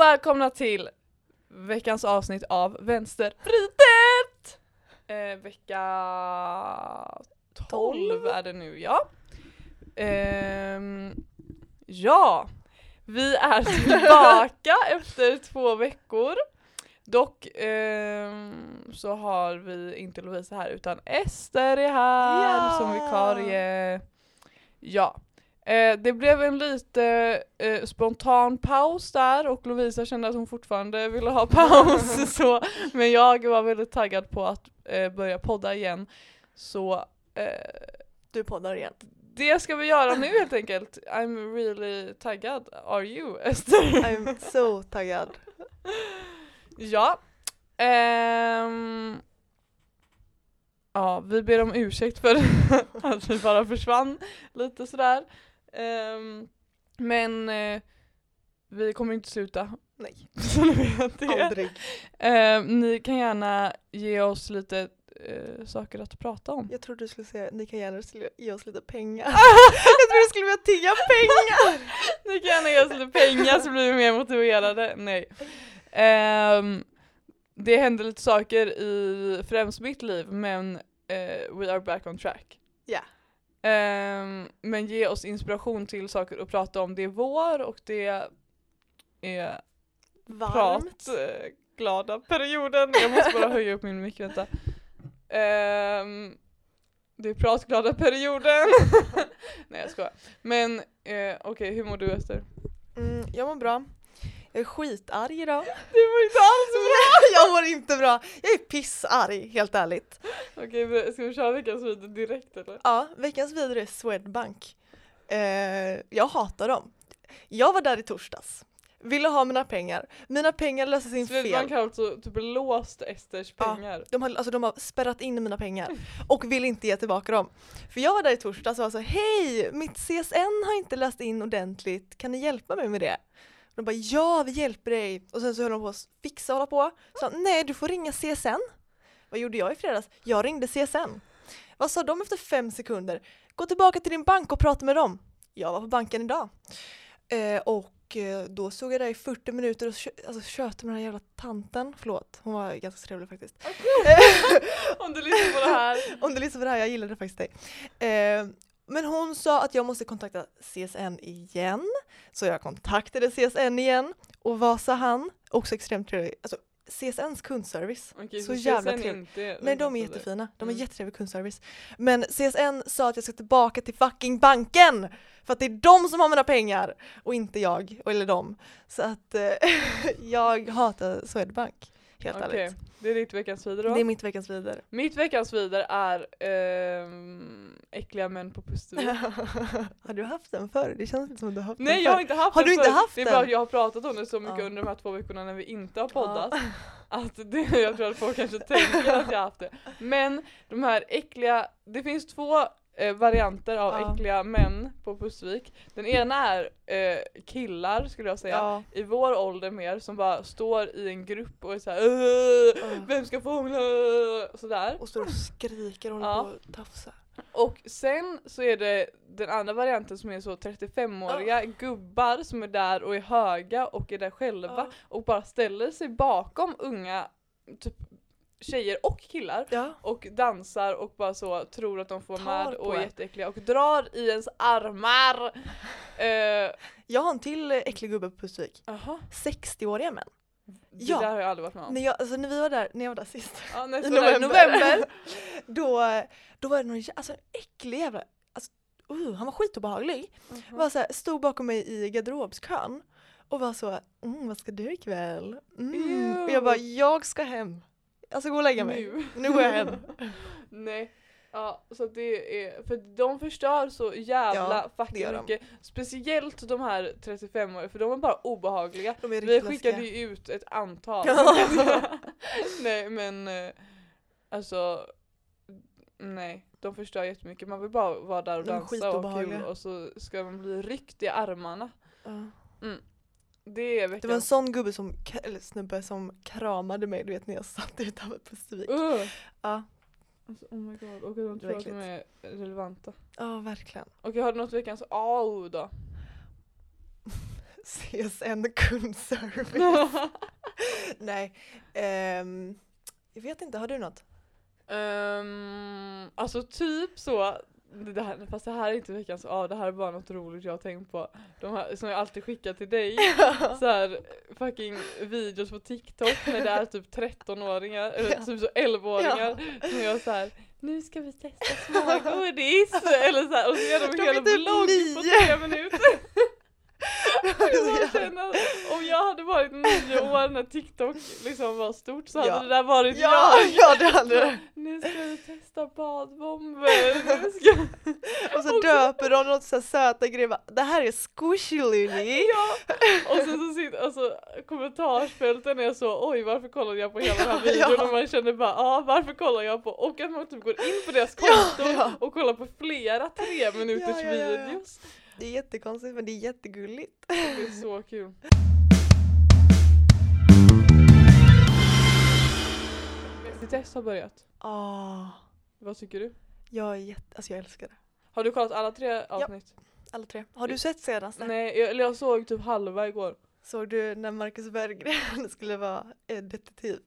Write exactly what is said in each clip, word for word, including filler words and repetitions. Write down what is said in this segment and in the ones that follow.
välkomna till veckans avsnitt av Vänstervridet! Eh, vecka tolv är det nu, ja. Ehm, ja, vi är tillbaka efter två veckor. Dock ehm, så har vi inte Lovisa här utan Ester är här Ja! som vikarie. Ja. Eh, det blev en lite eh, spontan paus där och Lovisa kände att hon fortfarande ville ha paus. så, men jag var väldigt taggad på att eh, börja podda igen. Så eh, Du poddar igen. det ska vi göra nu helt enkelt. I'm really taggad. Are you, Ester? I'm so taggad. Ja. Ehm, ja, vi ber om ursäkt för att vi bara försvann lite sådär. Um, men uh, vi kommer inte sluta. Nej. Så ni vet det. Aldrig. Um, ni kan gärna ge oss lite uh, saker att prata om. Jag trodde du skulle säga ni kan gärna ge oss lite pengar. Jag trodde du skulle vilja tigga pengar. Ni kan gärna ge oss lite pengar så blir vi mer motiverade. Nej. Um, det händer lite saker i främst mitt liv, men uh, we are back on track. Ja. Yeah. Um, men ge oss inspiration till saker att prata om. Det är vår och det är varmt. pratglada perioden. Jag måste bara höja upp min mick, vänta. Um, det är pratglada perioden. Nej, jag skojar. Men uh, okej, okay, hur mår du, Ester? Mm, jag mår bra. Jag är skitarg idag. Du mår inte alls bra. Jag mår inte bra. Jag är pissarg, helt ärligt. Okej, okay, ska vi köra veckans video direkt eller? Ja, veckans video är Swedbank. Eh, jag hatar dem. Jag var där i torsdags. Ville ha mina pengar. Mina pengar löses in fel. Swedbank har alltså typ låst Esters pengar. Ja, de har, alltså de har spärrat in mina pengar och vill inte ge tillbaka dem. För jag var där i torsdags och var så, hej, mitt C S N har inte läst in ordentligt. Kan ni hjälpa mig med det? De bara, ja, vi hjälper dig. Och sen så höll de på att fixa och hålla på. Så nej, du får ringa C S N. Vad gjorde jag i fredags? Jag ringde C S N. Vad sa de efter fem sekunder? Gå tillbaka till din bank och prata med dem. Jag var på banken idag. Eh, och eh, då såg jag där i fyrtio minuter och kö- alltså, köpte med den här jävla tanten. Förlåt, hon var ganska trevlig faktiskt. Om du lyssnar på det här. Om du lyssnar på det här, jag gillade faktiskt dig. Eh, Men hon sa att jag måste kontakta C S N igen. Så jag kontaktade C S N igen. Och vad sa han? Också extremt trevlig. Alltså C S N:s kundservice. Okej, så så jävla C S N trevlig. Inte, Nej, de är inte jättefina. De har mm. jättetrevlig kundservice. Men C S N sa att jag ska tillbaka till fucking banken. För att det är de som har mina pengar. Och inte jag. Eller de. Så att eh, jag hatar Swedbank. Helt okay. ärligt. Det är ditt veckans vidare då? Det är mitt veckans vidare. Mitt veckans vidare är ähm, äckliga män på Pustervik. Har du haft den förr? Det känns inte som att du har haft Nej, den jag har förr. inte haft Har den du inte förr. haft Det är den? bara att jag har pratat om det så mycket Ja. under de här två veckorna när vi inte har poddat. Ja. Att det, jag tror att folk kanske tänker att jag har haft det. Men de här äckliga, det finns två eh, varianter av Ja. äckliga män på Pustervik. Den ena är eh, killar skulle jag säga. Ja. I vår ålder mer som bara står i en grupp och är såhär uh, Uh. vem ska få hångla? Sådär. Och står och skriker och håller Ja. på och tafsar. Och sen så är det den andra varianten som är så trettiofemåriga Oh. gubbar som är där och är höga och är där själva Oh. och bara ställer sig bakom unga typ tjejer och killar Ja. och dansar och bara så tror att de får vara Tar med på och är en. jätteäckliga och drar i ens armar. uh, Jag har en till äcklig gubbe på Pustervik. Aha. sextio-åriga män. Det Ja. där har jag aldrig varit med om. När, jag, alltså, när vi var där, när jag var där sist. Ja, I nästa november. november. då, då var det någon jä- alltså, äcklig jävla... Alltså, uh, han var skitobehaglig. Uh-huh. Var så här, stod bakom mig i garderobskön. Och var så, mm, vad ska du ikväll? Mm. Ew. Och jag bara, jag ska hem. Alltså gå och lägga mig. Nu. Nu går jag hem. Nej. Ja, så det är, för de förstör så jävla Ja, det fucking gör de. mycket. Speciellt de här trettiofem-åriga, för de är bara obehagliga. De är Vi riktigt skickade läskiga. ju ut ett antal. Ja. Nej, men eh, alltså nej, de förstör jättemycket. Man vill bara vara där och De är dansa och ha kul skitobehagliga. och så ska man bli ryckt i armarna. Ja. Det är veckans. Det var en sån gubbe som, eller snubbe som kramade mig, du vet när jag satt utanför Pustervik. Uh. Ja, Alltså, oh my god, och de tror att de är relevanta. ja verkligen. Okej, har du något veckans A O då? C S N-kundservice. Nej, ehm, jag vet inte, har du något? Um, alltså typ så, det här, fast det här är inte veckans, ja ah, det här är bara något roligt jag har tänkt på. De här, som jag alltid skickar till dig, så här fucking videos på TikTok när det är typ tretton-åringar, eller Ja. typ så elva-åringar, Ja. som jag så här, nu ska vi testa smågodis, eller så här, och så gör de, De hela är typ vlogg på nio. tre minuter. Jag känner, om jag hade varit nio år när TikTok liksom var stort så hade Ja. det där varit Ja, jag. ja det hade det. Nu ska vi testa badbomber. Nu ska... Och så döper de något så här söta grejer. bara, Det här är Squishy Lily. Ja. Och sen så sitter alltså kommentarsfälten är så, oj varför kollar jag på hela den här Ja, videon? ja. Och man känner bara, ja varför kollar jag på? Och att man typ går in på deras konto Ja, ja. och kollar på flera tre minuters Ja, ja, ja, ja. videos. Det är jättekonstigt men det är jättegulligt. Det är så kul. Bäst i test har börjat. Ah, Vad tycker du? jag är jätte, alltså jag älskar det. Har du kollat alla tre avsnitt? Alla tre. Har du sett senaste? Nej, jag, eller jag såg typ halva igår. Såg du när Marcus Berggren skulle vara eh, detektiv?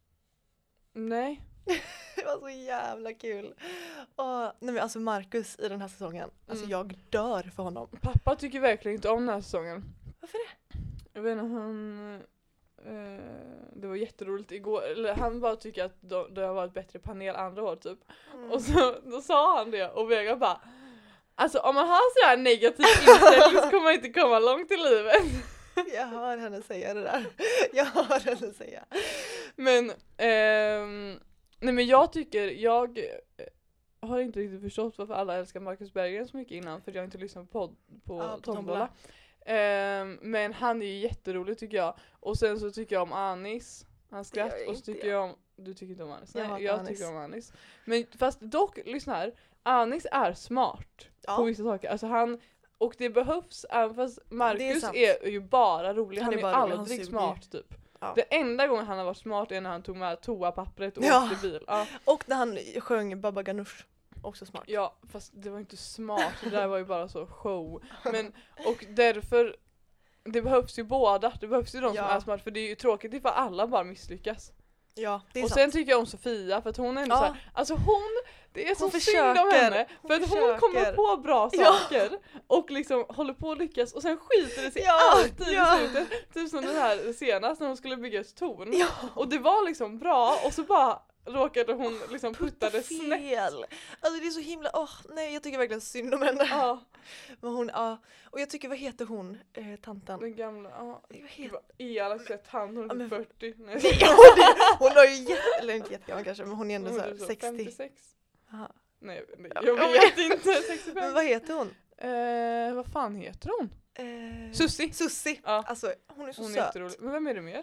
Nej. Det var så jävla kul. Och, nej men alltså Marcus i den här säsongen, alltså Mm. jag dör för honom. Pappa tycker verkligen inte om den här säsongen. Varför det? Jag vet inte, han... Eh, det var jätteroligt igår. Eller han bara tycker att de- det har varit bättre panel andra år typ. Mm. Och så då sa han det och Vega bara... Alltså om man har så här negativ inställning så kommer man inte komma långt i livet. Jag hör henne säga det där. Jag hör henne säga. Men... ehm, nej men jag tycker... Jag eh, har inte riktigt förstått varför alla älskar Marcus Berggren så mycket innan. För jag har inte lyssnat på, podd, på Ja, på Tombola. Tombola. Ehm, men han är ju jätterolig tycker jag. Och sen så tycker jag om Anis. Hans Det gör skratt. jag Och så inte tycker jag om... Du tycker inte om Anis? Jag Nej, hatar jag Anis. tycker om Anis. Men fast dock, lyssna här. Anis är smart Ja. på vissa saker. Alltså han... Och det behövs, även fast Marcus sant. är, ju bara rolig. Han Han, är är, bara rolig, han aldrig suger. smart typ. Ja. Det enda gången han har varit smart är när han tog med toapappret och Ja. åkte bil. Ja. Och när han sjöng Baba Ganoush. Också smart. Ja, fast det var inte smart. Det där var ju bara så show. Men, och därför, det behövs ju båda. Det behövs ju de Ja. som är smart. För det är ju tråkigt ifall alla bara misslyckas. Ja, det är Och sant. sen tycker jag om Sofia, för att hon är ändå Ja. så här, alltså hon, det är så Hon synd om försöker. henne. Hon För att hon försöker. kommer på bra Ja. saker och liksom håller på att lyckas och sen skiter det sig Ja, alltid ja. i slutet. Typ som den här senast när hon skulle bygga ett torn. Ja. Och det var liksom bra och så bara råkade hon liksom Putta puttade snett. fel. Alltså det är så himla, åh nej jag tycker verkligen synd om henne. Ja, Men hon, ja. Och jag tycker, vad heter hon, eh, tanten? den gamla, ja. Vad Gud heter... vad elakt sett, han hon Ja, är men- fyrtio. Nej. Ja, det- hon har ju jätte, eller inte jättegammal kanske, men hon är ändå Hon så är här så sextio. femtiosex. Aha. Nej, nej Ja, jag men- vet inte. Men sextiofem. vad heter hon? Eh, vad fan heter hon? Eh, Sussi. Sussi. Ja. Alltså hon är så Hon är söt. jätterolig. Men vem är det mer?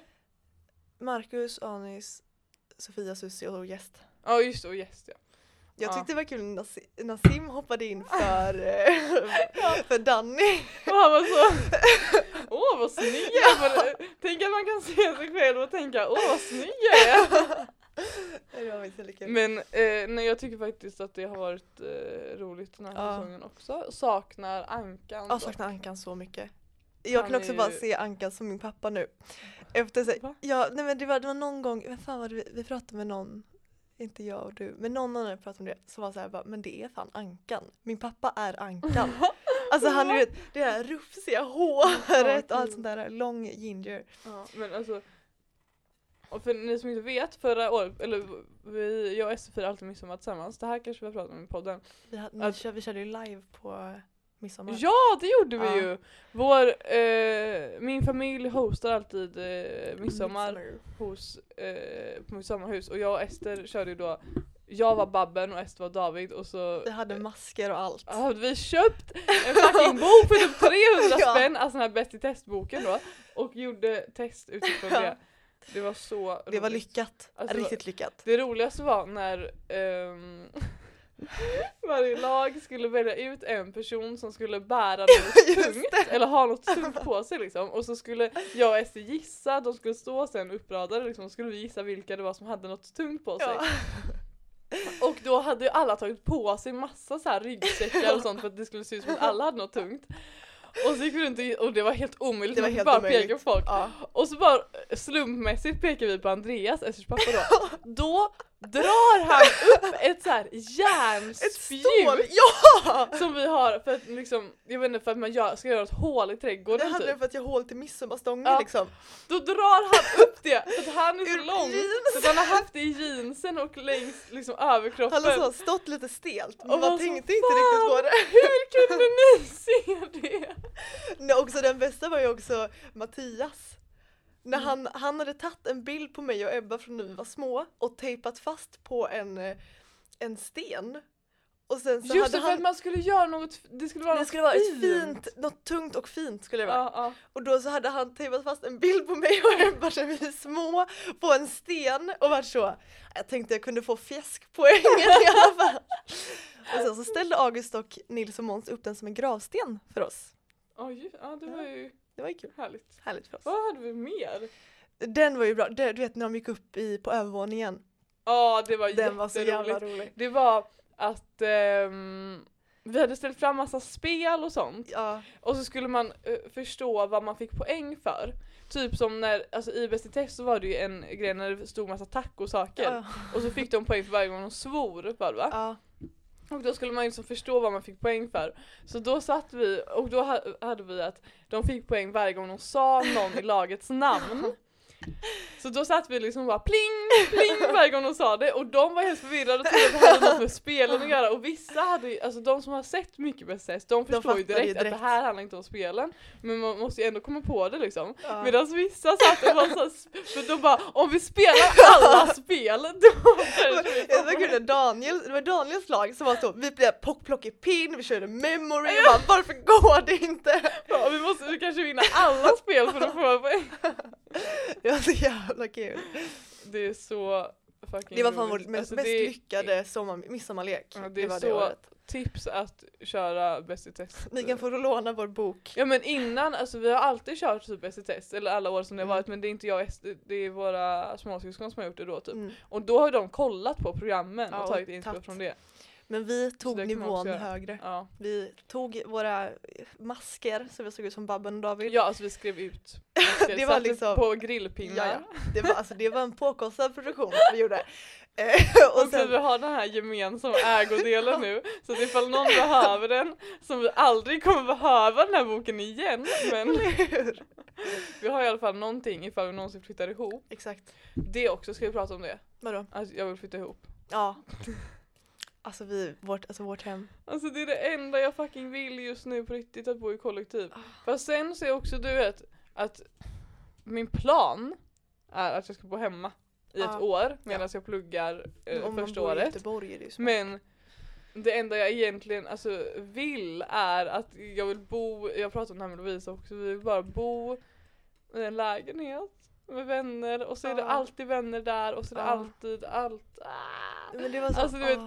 Marcus, Anis, Sofia, Sussi och gäst. Ja just det, och gäst ja. Jag Ja. tyckte det var kul när Nasi- Nassim hoppade in för, eh, för Danny. Och han var så, åh vad snygg jag är. Tänk att man kan se sig själv och tänka, åh vad snygg jag är. Det var inte lika kul. Men eh, nej, jag tycker faktiskt att det har varit eh, roligt den här Ja. säsongen också. Saknar Ankan. Jag saknar Ankan så mycket. Jag Han kan också är bara ju- se Ankan som min pappa nu. Efter sig, Va? ja, nej men det var, det var någon gång, vad fan var det vi, vi pratade med någon, inte jag och du, men någon annan pratade om det, som var så här bara, men det är fan Ankan. Min pappa är Ankan. Alltså han är det där rufsiga håret och allt sånt där, lång ginger. Ja, men alltså, och för ni som inte vet, förra året, eller vi, jag och S fyra alltid midsommar tillsammans. Det här kanske vi har pratat om i podden. Vi, hade, Att- vi, körde, vi körde ju live på midsommar. Ja, det gjorde vi Ja. ju! Vår, eh, min familj hostar alltid eh, midsommar hos, eh, på mitt sommarhus. Och jag och Ester körde ju då, jag var Babben och Ester var David. Och så Vi hade masker och allt. hade vi köpt en fucking bok för typ trehundra Ja. spänn, alltså den här bäst i testboken då. Och gjorde test utifrån Ja. det. Det var så Det var roligt. lyckat. Alltså, Riktigt lyckat. Det roligaste var när ehm, varje lag skulle välja ut en person som skulle bära något Just tungt, eller ha något tungt på sig liksom. Och så skulle jag och Ester gissa, de skulle stå sen uppradade liksom, och skulle vi gissa vilka det var som hade något tungt på sig. Ja. Och då hade ju alla tagit på sig massa så här ryggsäckar och sånt för att det skulle se ut som att alla hade något tungt. Och så gick vi runt och, och det var helt omöjligt. Det var Man helt bara omöjligt. peka på folk. Ja. Och så bara slumpmässigt pekar vi på Andreas, Esters pappa då. Då drar han upp ett så här järnspjut Ja! som vi har för att liksom, jag vet inte, för att man gör, ska göra ett hål i Det trädgården hade typ. för att jag hål till midsommarstången Ja. liksom. Då drar han upp det för att han är så Ur lång jeans. så att han har haft det i jeansen och längs liksom överkroppen. Han har så stått lite stelt, men Och man var så, tänkte inte "Fan, riktigt på det. Hur kunde ni se det? Nej, också den bästa var ju också Mattias. När Mm. han, han hade tagit en bild på mig och Ebba från när vi var små och tejpat fast på en, eh, en sten. Och sen så Just hade det, för han, att man skulle göra något, det skulle vara det något skulle vara ett fint. fint, något tungt och fint skulle det vara. Ja, ja. Och då så hade han tejpat fast en bild på mig och Ebba när vi är små på en sten och var så, jag tänkte jag kunde få fjäskpoängen i alla fall. Och sen så ställde August och Nils och Måns upp den som en gravsten för oss. Ja, ju- ja, det var ju Det var ju kul. härligt. Härligt för oss. Vad hade vi mer? Den var ju bra. Det, du vet när de gick upp i, på övervåningen. Ja, det var Den var så jätteroligt. jävla rolig. Det var att ehm, vi hade ställt fram massa spel och sånt. Ja. Och så skulle man eh, förstå vad man fick poäng för. Typ som när, alltså i Bäst i test så var det ju en grej när det stod massa tacosaker. Ja. Och så fick de poäng för varje gång de svor, var det va? Ja. Och då skulle man ju liksom förstå vad man fick poäng för. Så då satt vi, och då ha, hade vi att de fick poäng varje gång de sa någon i lagets namn. Så då satt vi liksom bara pling, pling varje gång de sa det. Och de var helt förvirrade och trodde att det hade något med spelen att göra. Och vissa hade ju, alltså de som har sett mycket Bäst i test, de förstår ju fattar direkt, ju direkt. att det här handlar inte om spelen. Men man måste ju ändå komma på det liksom. Ja. Medan vissa satt och var så, för de bara, om vi spelar alla spel, då Jag såg kul Daniel, det var Daniels lag som var så, vi blev plock plock i pin, vi körde memory, och bara, varför går det inte? Ja, vi måste vi kanske vinna alla spel för att få poäng. Det var så jävla kul. Det är så fucking Det var fan roligt. vår mest, Alltså, mest det är- lyckade sommar, midsommarlek. Ja, det är var så- det året. Tips att köra Bäst i test. Ni kan få låna vår bok. Ja men innan, alltså vi har alltid kört typ Bäst i test, eller alla år som det har Mm. varit, men det är inte jag, och Ester, det är våra småsyskon som har gjort det då typ. Mm. Och då har de kollat på programmen Ja, och och tagit inspel tagit. från det. Men vi tog det kan man nivån också göra. högre. Ja. Vi tog våra masker så vi såg ut som Babben och David. Ja, alltså vi skrev ut. Vi Det var satte liksom- på grillpinnar. Ja, ja. Det, var, alltså, det var en påkostad produktion vi gjorde. Eh, Och och så sen, vi har den här gemensamma ägodelen nu. Så att ifall någon behöver den, som vi aldrig kommer behöva den här boken igen. Men vi har i alla fall någonting ifall vi någonsin flyttar ihop. exakt. Det också, ska vi prata om det? Vadå? Alltså jag vill flytta ihop. Ja. Alltså vi, vårt, alltså vårt hem. Alltså det är det enda jag fucking vill just nu på riktigt, att bo i kollektiv. Fast sen så är också du vet att min plan är att jag ska bo hemma i ett Ja. år medan jag pluggar eh, Om man första bor i året. Göteborg är det ju smart. Men det enda jag egentligen alltså, vill är att jag vill bo, jag pratar om det här med Lovisa också, vi vill bara bo i en lägenhet med vänner och så är det Ja. alltid vänner där och så är det Ja. alltid allt. Ah. Men det var så, Alltså, du vet, ah.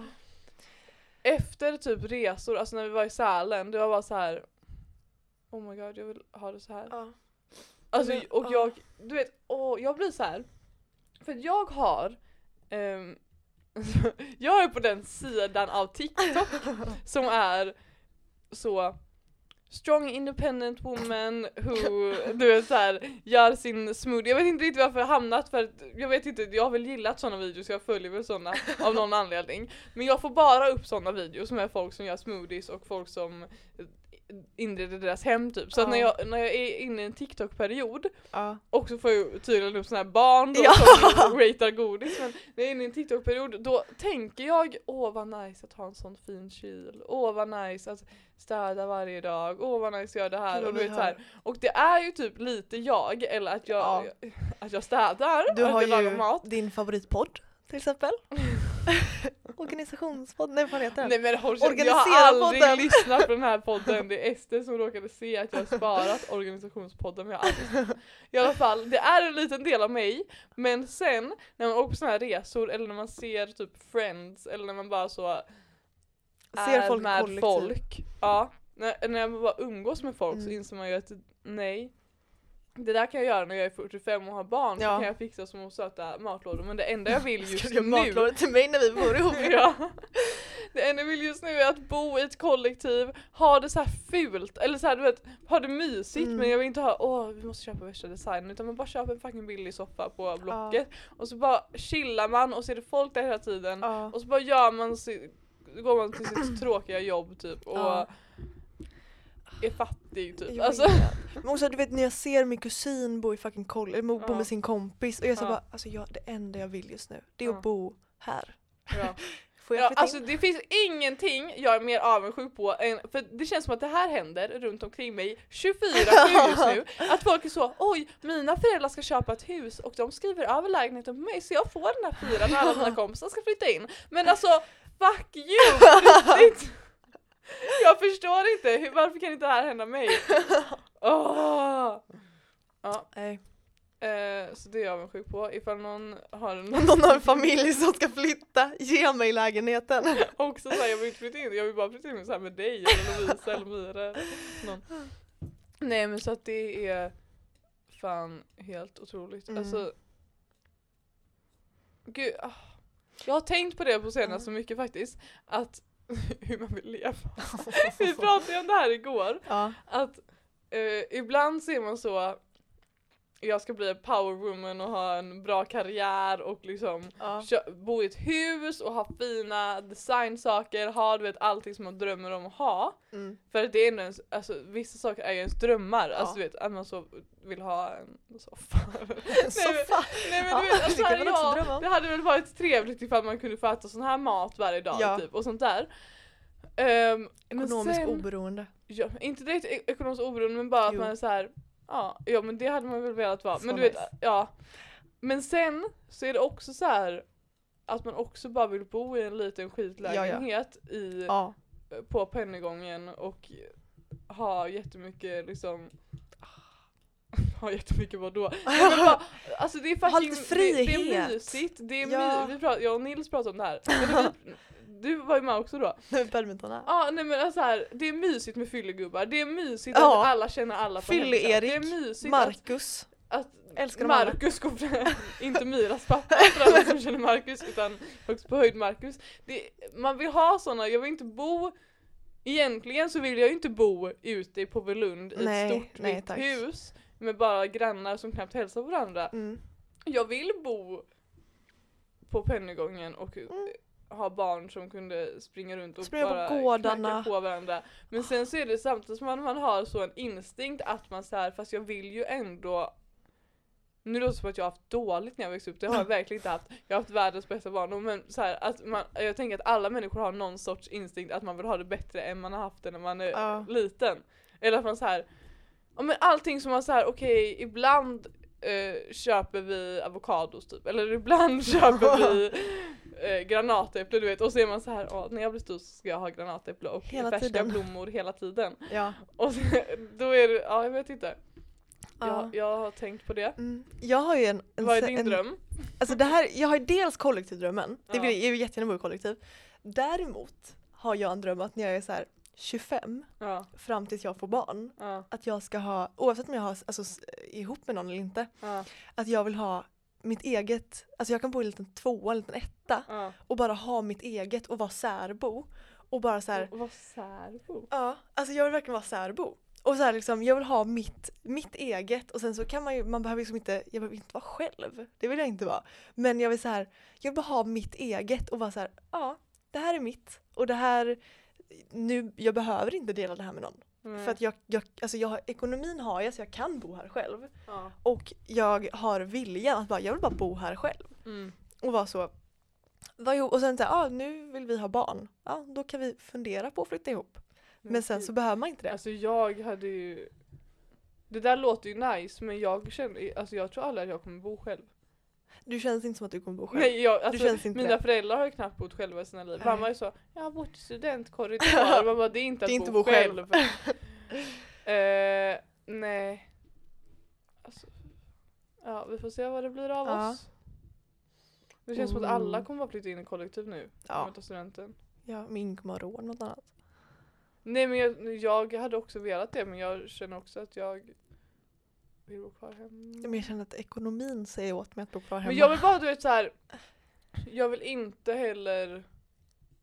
Efter typ resor, alltså när vi var i Sälen, det var bara så här. Oh my god, jag vill ha det så här. Ja. Alltså, Men, och ah. jag, du vet, åh, jag blir så här. För att jag har ehm, jag är på den sidan av TikTok som är så strong independent woman who du vet så här, gör sin smoothie. Jag vet inte riktigt varför jag har hamnat, för att jag vet inte, jag har väl gillat sådana videos, jag följer väl sådana av någon anledning. Men jag får bara upp sådana videos med folk som gör smoothies och folk som inreder deras hem typ. Så att Ja. när jag, när jag är inne i en TikTok-period Ja. och så får jag tydligen upp såna här barn då Ja. som ratear godis, men när jag är inne i en TikTok-period då tänker jag, åh vad nice att ha en sån fin kyl, åh vad nice att städa varje dag, åh vad nice att göra det här. Gud, Och, vad du vi vet, så här, och det är ju typ lite jag, eller att jag, Ja. att jag städar, Du att har jag lagar ju mat. din favoritpodd till exempel. Organisationspodd, nej vad heter den? Nej men håll käften, jag Organisera har aldrig podden. lyssnat på den här podden. Det är Ester som råkade se att jag har sparat organisationspodden, men jag har aldrig. I alla fall, det är en liten del av mig. Men sen när man åker på såna här resor, eller när man ser typ Friends, eller när man bara så Ser är folk med kollektiv. folk. Ja, när, när man bara umgås med folk så Mm. inser man ju att nej, det där kan jag göra när jag är fyrtiofem och har barn. Ja. Så kan jag fixa små söta matlådor. Men det enda jag vill Ska just du göra nu matlådor till mig när vi bor ihop? ja. Det enda jag vill just nu är att bo i ett kollektiv, ha det så här fult, eller så här, du vet, ha det mysigt, Mm. men jag vill inte ha, åh vi måste köpa värsta designen, utan man bara köper en fucking billig soffa på Blocket, och så bara chillar man och ser det folk där hela tiden, Ja. och så bara gör man, si- går man till sitt tråkiga jobb typ, och Ja. är fattig typ. Jag Alltså. vet. Men också, du vet när jag ser min kusin bo i fucking koll, eller bo Ja. med sin kompis, och jag så Ja. bara, alltså jag, det enda jag vill just nu, det är Ja. att bo här. Ja. Får jag Ja, flytta alltså in? det finns ingenting jag är mer avundsjuk på än, för det känns som att det här händer runt omkring mig tjugofyra sju just nu, att folk är så, oj mina föräldrar ska köpa ett hus och de skriver över lägenheten på mig så jag får den här fyran när alla mina kompisar ska flytta in, men alltså fuck you, riktigt. Jag förstår inte, hur, varför kan inte det här hända mig? Åh. Ja, Nej. eh, så det är jag avundsjuk på, ifall någon har en Om någon har en familj som ska flytta, ge mig lägenheten. också så här, jag vill inte flytta in, jag vill bara flytta in så här med dig eller Lovisa eller Mira eller någon. Nej men så att det är fan helt otroligt. Mm. Alltså gud, ah. Jag har tänkt på det på senast så mycket faktiskt, att hur man vill leva. Vi pratade ju om det här igår, Ja. att eh, ibland ser man så, jag ska bli en powerwoman och ha en bra karriär och liksom Ja. kö- bo i ett hus och ha fina designsaker, ha du vet allting som man drömmer om att ha. Mm. För att det är ändå ens, alltså vissa saker är ju ens drömmar, Ja. alltså du vet att man så vill ha en soffa. Soffa. Nej men Ja, du vet, alltså, det kan här, man också ja, drömma om. det hade väl varit trevligt ifall man kunde få äta sån här mat varje dag Ja. typ och sånt där. Um, Ekonomiskt oberoende. Ja, inte direkt e- ekonomiskt oberoende men bara att Jo. man är så här. Ja, ja men det hade man väl velat vara. Så Men du nice. vet, ja. Men sen så är det också så här att man också bara vill bo i en liten skitlägenhet i, Ja. på Pennygången och ha jättemycket liksom ha jättemycket vadå? Nej, men bara, alltså det är Ha fucking, lite det, det är frihet. mysigt, det är Ja. my, vi pratar, jag och Nils pratade om det här. Eller vi, du var ju med också då. Badminton här. Ja, nej men alltså här, det är mysigt med fyllegubbar. Det är mysigt Ja. att alla känner alla på Fylle Hemköp. Erik, Det är mysigt Marcus. att, att Älskar dem alla. Marcus går inte Miras pappa för alla som känner Marcus utan högst på höjd Marcus. Det, man vill ha såna, jag vill inte bo, egentligen så vill jag ju inte bo ute på Velund i Nej, ett stort nej, vitt tack. hus med bara grannar som knappt hälsar på varandra. Mm. Jag vill bo på Pennygången och Mm. ha barn som kunde springa runt och Springa på bara gårdarna. knacka på varandra. Men sen så är det samtidigt som man, man har så en instinkt att man så här, fast jag vill ju ändå, nu låter det som att jag har haft dåligt när jag växte upp, det har jag verkligen inte haft. Jag har haft världens bästa barndom, men så här, att man, jag tänker att alla människor har någon sorts instinkt att man vill ha det bättre än man har haft det när man är Ja. liten. Eller att man så här, ja, men allting som man så här, okej, okay, ibland eh, köper vi avokados typ, eller ibland köper vi eh, granatäpple, du vet, och så är man så här, åh, när jag blir stor så ska jag ha granatäpple och Hela färska tiden. blommor hela tiden. Ja. Och så, då är det, ja jag vet inte. Ja. Jag, jag har tänkt på det. Mm. Jag har ju en... en Vad är se- din en, dröm? Alltså det här, jag har ju dels kollektivdrömmen. Det Ja. vill, jag vill jättegärna bo i kollektiv. Däremot har jag en dröm att när jag är så här tjugofem Ja, fram tills jag får barn, ja, att jag ska ha, oavsett om jag har alltså, s- ihop med någon eller inte, ja, att jag vill ha mitt eget, alltså jag kan bo i en liten tvåa, en liten etta ja. och bara ha mitt eget och vara särbo och bara så här, Och vad särbo? ja, alltså jag vill verkligen vara särbo. Och så här liksom, jag vill ha mitt, mitt eget och sen så kan man ju, man behöver liksom inte, jag behöver inte vara själv. Det vill jag inte vara. Men jag vill så här, jag vill bara ha mitt eget och vara så här, ja, det här är mitt. Och det här, nu, jag behöver inte dela det här med någon. Mm. För att jag, jag, alltså jag, har- ekonomin har jag så jag kan bo här själv. Ja. Och jag har viljan att bara, jag vill bara bo här själv. Mm. Och vara så, vad jo, och sen så här, ah, nu vill vi ha barn. Ja, då kan vi fundera på att flytta ihop. Men sen så behöver man inte det. Alltså jag hade ju, det där låter ju nice, men jag känner, alltså jag tror aldrig att jag kommer bo själv. Du känns inte som att du kommer bo själv. Nej, jag, alltså, känns inte mina det. föräldrar har ju knappt bott själva i sina liv. Nej. Mamma är så, jag har bott i studentkorridor. Man bara, det är inte att Det är inte bo, bo själv. själv. eh, nej. Alltså, ja, vi får se vad det blir av Ja. oss. Det känns som att alla kommer bara flytta in i kollektiv nu. Ja. Ja. studenten. Ja, men ingen kommer ha råd något annat. Nej, men jag, jag hade också velat det, men jag känner också att jag vill bo kvar hemma. Men jag känner att ekonomin säger åt mig att bo kvar hemma. Men jag vill bara, du vet så här. Jag vill inte heller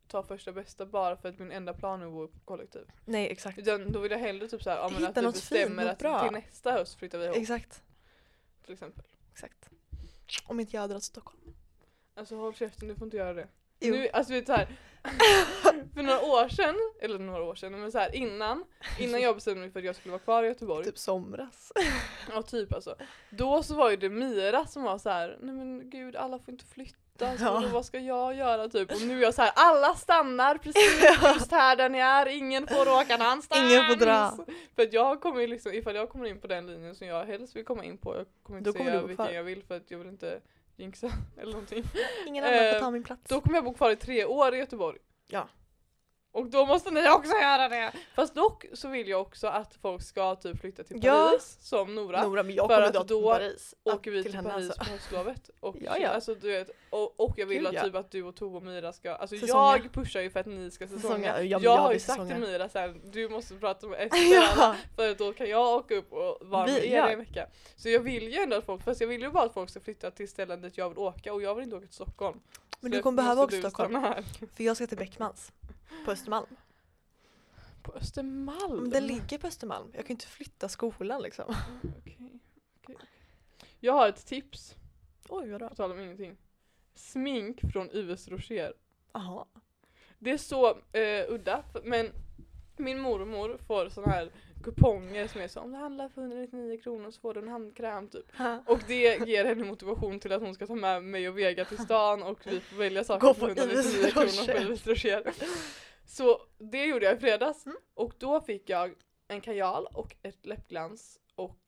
ta första bästa bara för att min enda plan är att bo på kollektiv. Nej, exakt. Utan då vill jag hellre typ så här, ja, men Hitta att vi något bestämmer fint, något att bra. till nästa höst flyttar vi ihop. Exakt. Till exempel. Exakt. Om inte jag hade dragit till Stockholm. Alltså håll käften, du får inte göra det. Jo. Nu, alltså vet du så här, för några år sedan, eller några år sedan, men så här innan, innan jag bestämde mig för att jag skulle vara kvar i Göteborg. Typ somras. Ja, typ alltså. Då så var ju det Mira som var så här, nej men gud, alla får inte flytta, så Ja. då, vad ska jag göra typ? Och nu är jag så här, alla stannar precis just här där ni är, ingen får åka någonstans. Ingen får dra. För att jag kommer ju liksom, ifall jag kommer in på den linjen som jag helst vill komma in på, jag kommer inte Då kommer säga du bo vilken kvar. jag vill för att jag vill inte jinxa eller någonting. Ingen annan får Eh, ta min plats. Då kommer jag bo kvar i tre år i Göteborg. Ja. Och då måste ni också göra det. Fast dock så vill jag också att folk ska typ flytta till Ja. Paris som Nora. Nora, men jag för kommer att dra till då Paris. Åker vi till till henne Paris alltså. på höstlovet. Och, Ja, ja. Alltså, du vet, och, och jag vill Gud, att, ja. typ att du och Tove och Mira ska, alltså Säsonga. jag pushar ju för att ni ska säsonga. Säsonga. Ja, men jag, jag har ju vill sagt säsonga. till Mira sen, du måste prata med efter Ja. för att då kan jag åka upp och vara Vi- med er ja. i en vecka. Så jag vill ju ändå att folk, fast jag vill ju bara att folk ska flytta till ställen dit jag vill åka och jag vill inte åka till Stockholm. Men Så du kommer behöva måste åka till du Stockholm. stanna här. För jag ska till Beckmans. På Östermalm. På Östermalm? Men den ligger på Östermalm. Jag kan inte flytta skolan liksom. Okej, okej, okej. Jag har ett tips, Oj, vadå? på tal om ingenting. Smink från U S Rocher. Jaha. Det är så eh, udda, f- men min mormor får såna här kuponger som är så, om det handlar för hundranittionio kronor så får du en handkräm typ. Och det ger henne motivation till att hon ska ta med mig och Vega till stan och vi får välja saker Gå för på hundranittionio kronor på Rocher. U S Rocher. Så det gjorde jag i fredags. Mm. Och då fick jag en kajal och ett läppglans och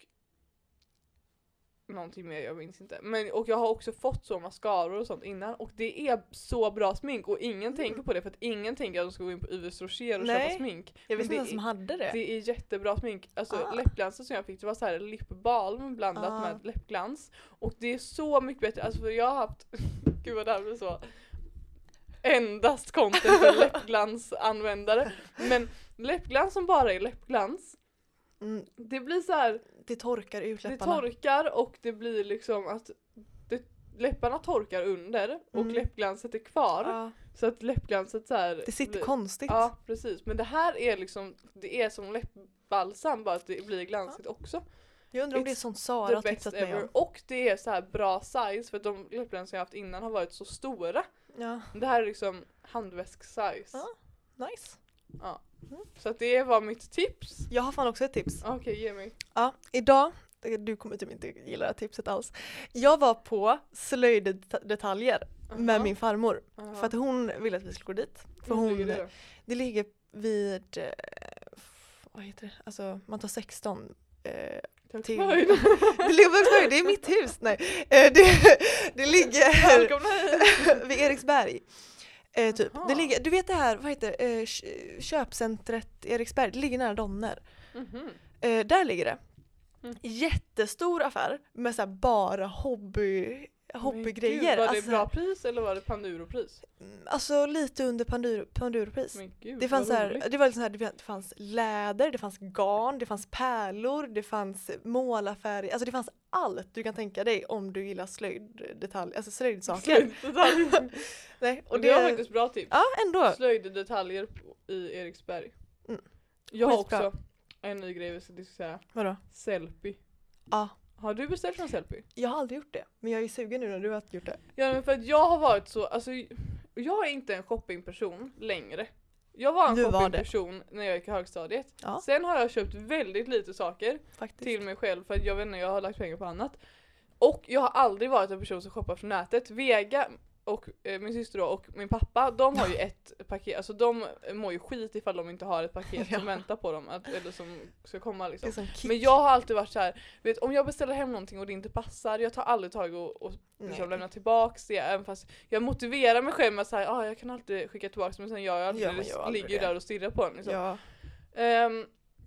någonting mer, jag minns inte. Men, och jag har också fått så mascaror och sånt innan. Och det är så bra smink. Och ingen Mm. tänker på det för att ingen tänker att de ska gå in på U S Rocher och Nej. köpa smink. Jag visste Men inte ens det som hade det. Det är jättebra smink. Alltså Ah. läppglansen som jag fick, det var så här lipbalm blandat Ah. med läppglans. Och det är så mycket bättre. Alltså för jag har haft, gud vad det här blir så, endast content för läppglansanvändare. Men läppglans som bara är läppglans, Mm, det blir så här, det torkar ut det läpparna. torkar och det blir liksom att det, läpparna torkar under och Mm. läppglanset är kvar. Ja, Så att läppglanset så här det sitter blir, konstigt. ja, precis. Men det här är liksom, det är som läppbalsam, bara att det blir glansigt också. Jag undrar om det är It's sånt Sara The har best tipsat mig ever. om. Och det är så här bra size, för att de läppglanser jag haft innan har varit så stora. Ja, Det här är liksom handväsk-size. Ja. nice. Ja. Mm. Så att det var mitt tips. Jag har fan också ett tips. Okej, ge mig. Ja, idag, du kommer typ inte gilla det här tipset alls. Jag var på slöjddetaljer med Aha. min farmor. Aha. För att hon ville att vi skulle gå dit. För Hur hon, ligger det det? då? det ligger vid, eh, vad heter det? Alltså man tar sexton. Eh, Tack till- för höjd. det ligger väl det är mitt hus, nej. Eh, det, det ligger Välkomna hit. vid Eriksberg. Eh, typ. Jaha. Det ligger, du vet det här, vad heter det? Eh, kö- köpcentret Eriksberg, det ligger nära Donner. Mhm. Eh, där ligger det. Mm. Jättestor affär med så här bara hobby, hobbygrejer. Men gud, var det alltså, bra pris eller var det Panduropris? mm, alltså lite under Pandur, Panduropris. Men gud, Det fanns, så vad här, roligt. det, var liksom så här, det fanns läder, det fanns garn, det fanns pärlor, det fanns målarfärg. Alltså det fanns allt du kan tänka dig om du gillar slöjddetalj, alltså slöjdsaker. Slöjddetaljer. Nej, Och det var faktiskt bra tips. Ja, ändå. Slöjddetaljer på- i Eriksberg. Mm. Jag har Skitbra. också en ny grej vi ska diskutera. Vadå? Sellpy. Ja, Har du beställt från Sellpy? jag har aldrig gjort det. Men jag är sugen nu när du har gjort det. Ja, men för att jag har varit så, alltså jag är inte en shoppingperson längre. Jag var en Du var det. shoppingperson när jag gick i högstadiet. Ja. Sen har jag köpt väldigt lite saker Faktiskt. till mig själv för att jag vet inte, jag har lagt pengar på annat. Och jag har aldrig varit en person som shoppar från nätet. Vega och eh, min syster då, och min pappa, de har ju ett paket, alltså de mår ju skit ifall de inte har ett paket Ja. som väntar på dem, att, eller som ska komma Det liksom. är som kick. Men jag har alltid varit så här, vet, om jag beställer hem någonting och det inte passar, jag tar aldrig tag och, och liksom Nej. lämnar tillbaks det, även fast jag motiverar mig själv med att säga, ah, jag kan alltid skicka tillbaks, men sen gör jag aldrig Ja, det, man det gör aldrig ligger ju det. där och stirrar på den liksom. Ja. Ehm,